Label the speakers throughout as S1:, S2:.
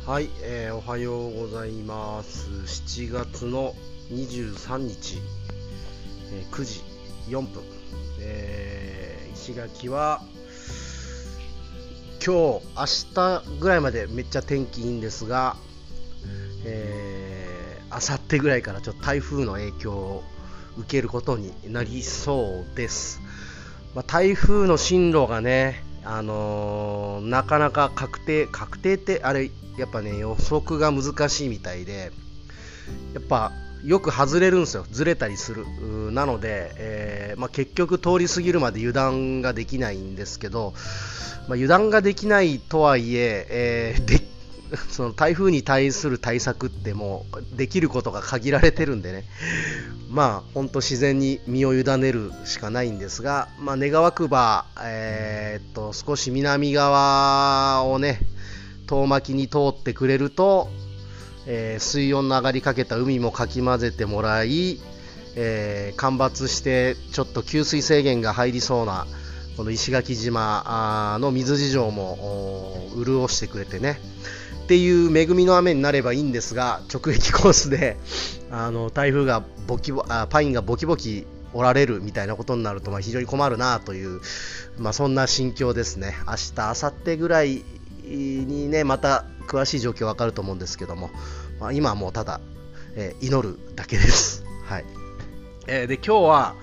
S1: はい、おはようございます。7月の23日、9時4分、石垣は今日、明日ぐらいまでめっちゃ天気いいんですが、明後日ぐらいからちょっと台風の影響を受けることになりそうです。台風の進路がね、なかなか確定ってあれやっぱね予測が難しいみたいで、やっぱよく外れるんですよ、ずれたりする。なので、結局通り過ぎるまで油断ができないんですけど、油断ができないとはいえ、その台風に対する対策ってもうできることが限られてるんでね、本当自然に身を委ねるしかないんですが、願わくば、少し南側をね遠巻きに通ってくれると、水温の上がりかけた海もかき混ぜてもらい、干ばつしてちょっと給水制限が入りそうなこの石垣島の水事情も潤してくれてねっていう恵みの雨になればいいんですが、直撃コースで台風がパインがボキボキ折られるみたいなことになると非常に困るなという、そんな心境ですね。明日明後日ぐらいにねまた詳しい状況わかると思うんですけども、今はもうただ、祈るだけです。はい。で今日は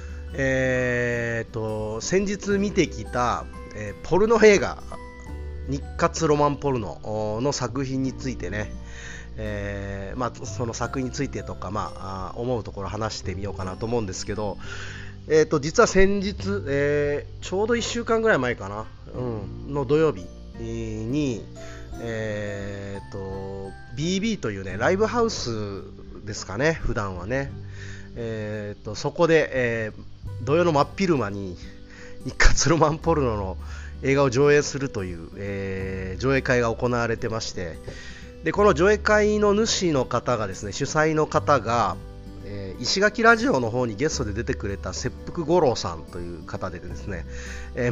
S1: 先日見てきた、ポルノ映画日活ロマンポルノの作品についてね、その作品についてとか、思うところ話してみようかなと思うんですけど、実は先日、ちょうど1週間ぐらい前かな、の土曜日に、BB というねライブハウスですかね、普段はね、そこで、土曜の真っ昼間に日活ロマンポルノの映画を上映するという、上映会が行われてまして、でこの上映会の主の方がですね、主催の方が、石垣ラジオの方にゲストで出てくれた切腹五郎さんという方でですね、名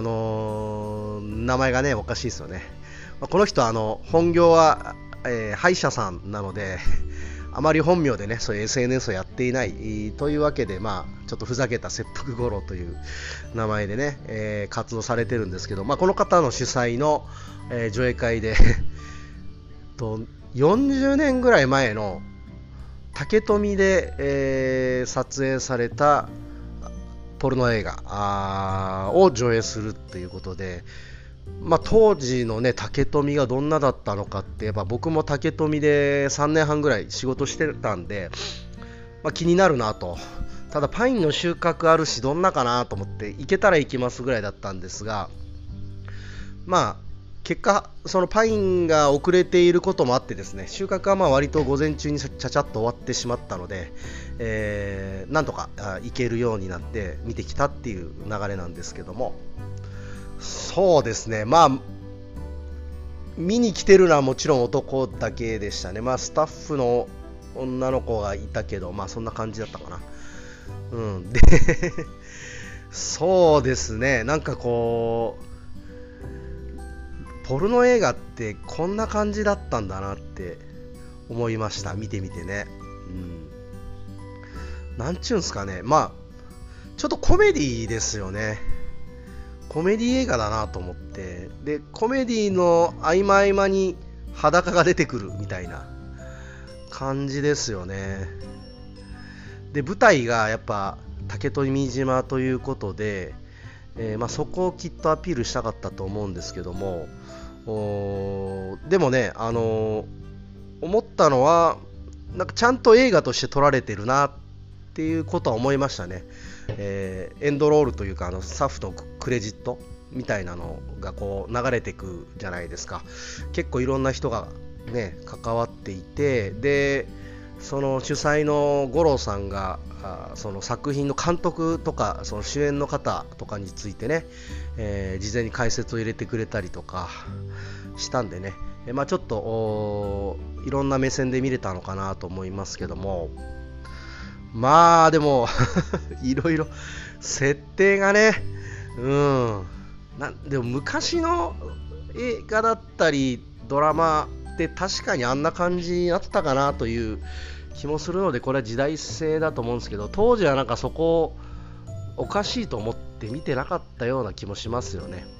S1: 前がねおかしいですよね。この人本業は、歯医者さんなのであまり本名でねそういう SNS をやっていないというわけで、ちょっとふざけた切腹五郎という名前でね、活動されてるんですけど、この方の主催の、上映会で40年ぐらい前の竹富で、撮影されたポルノ映画を上映するということで、当時のね竹富がどんなだったのかって、やっぱ僕も竹富で3年半ぐらい仕事してたんで、気になるなと。ただパインの収穫あるしどんなかなと思って行けたら行きますぐらいだったんですが、結果そのパインが遅れていることもあってですね、収穫は割と午前中にちゃちゃっと終わってしまったので、なんとか行けるようになって見てきたっていう流れなんですけども、そうですね、見に来てるのはもちろん男だけでしたね。スタッフの女の子がいたけど、そんな感じだったかな。でそうですね、なんかこうポルノ映画ってこんな感じだったんだなって思いました、見てみてね。なんちゅうんすかね、ちょっとコメディですよね。コメディ映画だなと思って、でコメディの合間合間に裸が出てくるみたいな感じですよね。で舞台がやっぱ竹富島ということで、そこをきっとアピールしたかったと思うんですけども、でもね、思ったのはなんかちゃんと映画として撮られてるなっていうことは思いましたね。エンドロールというかスタッフのクレジットみたいなのがこう流れてくじゃないですか。結構いろんな人がね関わっていて、でその主催の五郎さんがその作品の監督とかその主演の方とかについてね、事前に解説を入れてくれたりとかしたんでね、ちょっといろんな目線で見れたのかなと思いますけども、でもいろいろ設定がね、でも昔の映画だったりドラマっって確かにあんな感じになったかなという気もするので、これは時代性だと思うんですけど、当時はなんかそこをおかしいと思って見てなかったような気もしますよね。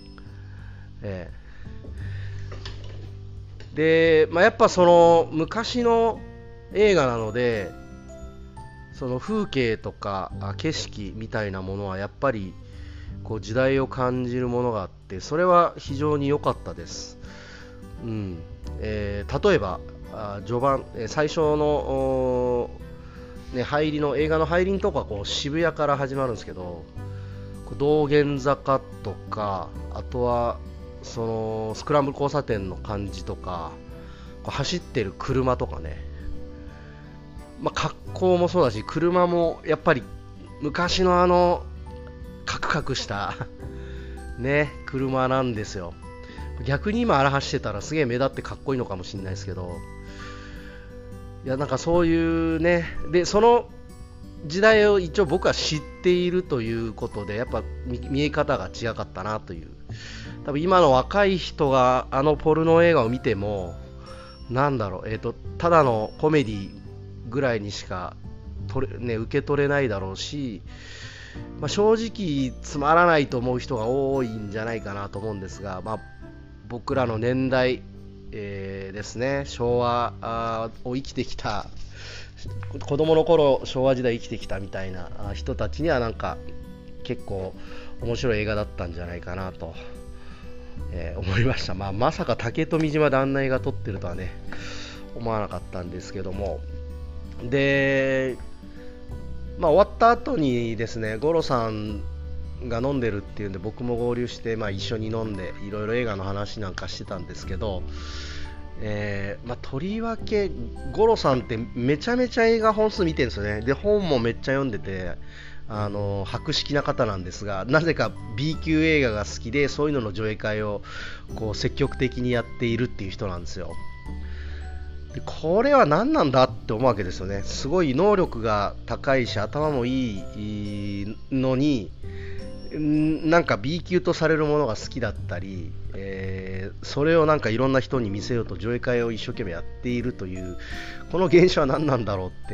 S1: で、やっぱその昔の映画なので、その風景とか景色みたいなものはやっぱりこう時代を感じるものがあって、それは非常に良かったです。例えば序盤、最初の、入りの映画の入りのとこはこう渋谷から始まるんですけど、道玄坂とか、あとはそのスクランブル交差点の感じとか、こう走ってる車とかね、格好もそうだし、車もやっぱり昔のカクカクしたね車なんですよ。逆に今あれ走ってたらすげえ目立ってかっこいいのかもしれないですけど、いやなんかそういうね、でその時代を一応僕は知っているということで、やっぱ見え方が違かったなという。多分今の若い人がポルノ映画を見ても、なんだろう、ただのコメディぐらいにしか受け取れないだろうし、正直つまらないと思う人が多いんじゃないかなと思うんですが、僕らの年代、ですね、昭和を生きてきた、子供の頃昭和時代生きてきたみたいな人たちにはなんか結構面白い映画だったんじゃないかなと、思いました。まさか竹富島であんな映画撮ってるとはね思わなかったんですけども、で終わった後にですね、五郎さんが飲んでるっていうんで僕も合流して、一緒に飲んでいろいろ映画の話なんかしてたんですけど、とりわけ五郎さんってめちゃめちゃ映画本数見てるんですよね。で本もめっちゃ読んでて、博識な方なんですが、なぜか B 級映画が好きで、そういうのの上映会をこう積極的にやっているっていう人なんですよ。でこれは何なんだって思うわけですよね。すごい能力が高いし頭もいいのに、なんか B 級とされるものが好きだったり、それをなんかいろんな人に見せようと上映会を一生懸命やっているという、この現象は何なんだろうって、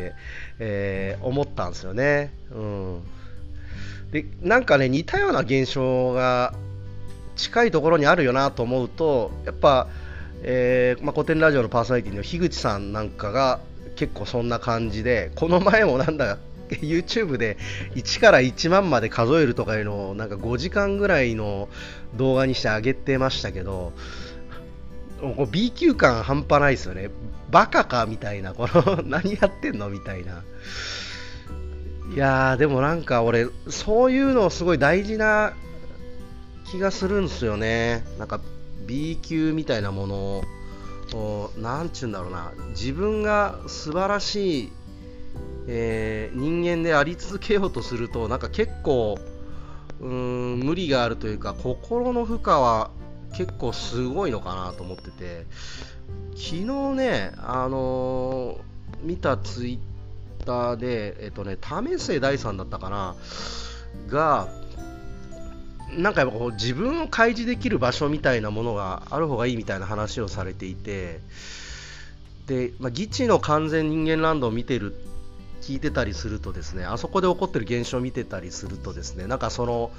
S1: 思ったんですよね。でなんかね、似たような現象が近いところにあるよなと思うと、やっぱ、古典ラジオのパーソナリティの樋口さんなんかが結構そんな感じで、この前もなんだYouTube で1から1万まで数えるとかいうのをなんか5時間ぐらいの動画にして上げてましたけど、B 級感半端ないですよね。バカかみたいな、この何やってんのみたいな。いやーでもなんか俺そういうのすごい大事な気がするんですよね。なんか B 級みたいなものをなんちゅうんだろうな、自分が素晴らしい、人間であり続けようとするとなんか結構無理があるというか、心の負荷は結構すごいのかなと思ってて、昨日ね、見たツイッターで為末大さんだったかなが、なんかやっぱこう自分を開示できる場所みたいなものがある方がいいみたいな話をされていて、で、議地の完全人間ランドを聞いてたりするとですね、あそこで起こってる現象を見てたりするとですね、なんかその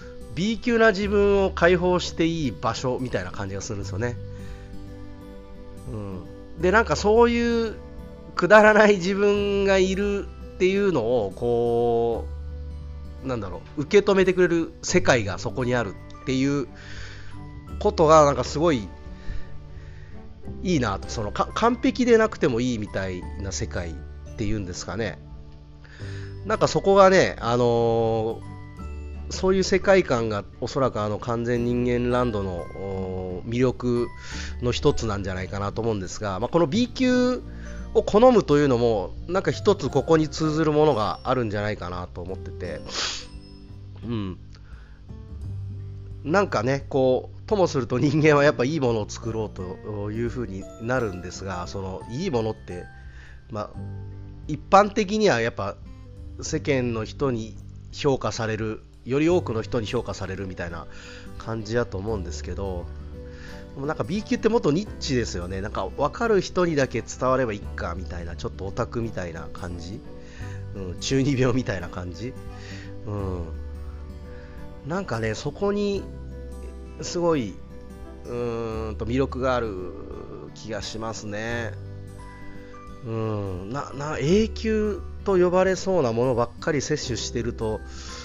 S1: B 級な自分を解放していい場所みたいな感じがするんですよね。でなんかそういうくだらない自分がいるっていうのをこうなんだろう、受け止めてくれる世界がそこにあるっていうことがなんかすごいいいなと。その完璧でなくてもいいみたいな世界っていうんですかね。なんかそこがね、そういう世界観がおそらく完全人間ランドの魅力の一つなんじゃないかなと思うんですが、この B 級を好むというのもなんか一つここに通ずるものがあるんじゃないかなと思ってて、なんかね、こうともすると人間はやっぱいいものを作ろうという風になるんですが、そのいいものって、一般的にはやっぱ世間の人に評価される、より多くの人に評価されるみたいな感じだと思うんですけど、 でもなんか B 級ってもっとニッチですよね。なんか分かる人にだけ伝わればいいかみたいな、ちょっとオタクみたいな感じ、中二病みたいな感じ、なんかね、そこにすごい魅力がある気がしますね。永久と呼ばれそうなものばっかり摂取してると、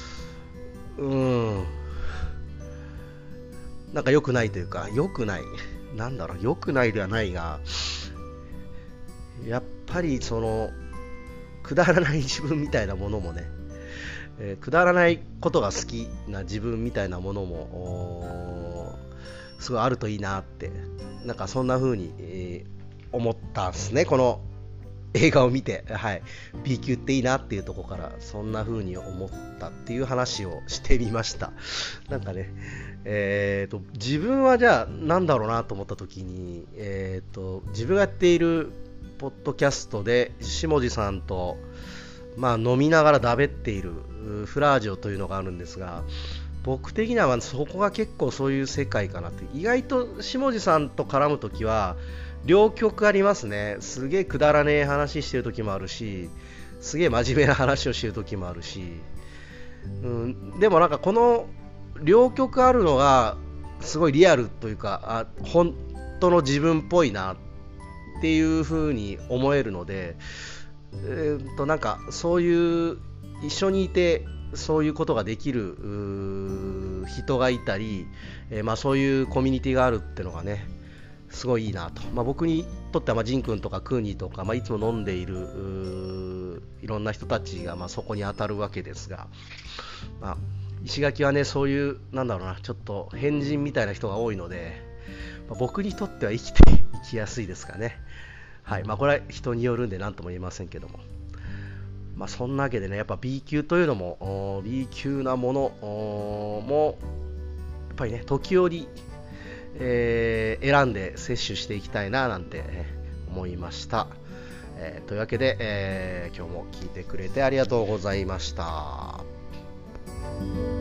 S1: なんか良くないというか、良くないではないが、やっぱりそのくだらない自分みたいなものもね、くだらないことが好きな自分みたいなものもすごいあるといいなって、なんかそんな風に、思ったんですね、この映画を見て。はい、B 級っていいなっていうところからそんな風に思ったっていう話をしてみました。なんかね、自分はじゃあなんだろうなと思った時に、自分がやっているポッドキャストで下地さんと、飲みながらだべっているフラージオというのがあるんですが、僕的にはそこが結構そういう世界かなって。意外と下地さんと絡むときは両極ありますね。すげえくだらねえ話してるときもあるし、すげえ真面目な話をしてるときもあるし、でもなんかこの両極あるのがすごいリアルというか、本当の自分っぽいなっていう風に思えるので、なんかそういう一緒にいてそういうことができる人がいたり、そういうコミュニティがあるっていうのがね、すごいいいなと。僕にとってはジン君とかクーニーとか、いつも飲んでいるいろんな人たちがそこに当たるわけですが、石垣はね、そういうちょっと変人みたいな人が多いので、僕にとっては生きていきやすいですかね。はい、これは人によるんで何とも言えませんけども、そんなわけでね、やっぱ B 級というのも B 級なものもやっぱりね、時折、選んで摂取していきたいななんて思いました。というわけで、今日も聞いてくれてありがとうございました。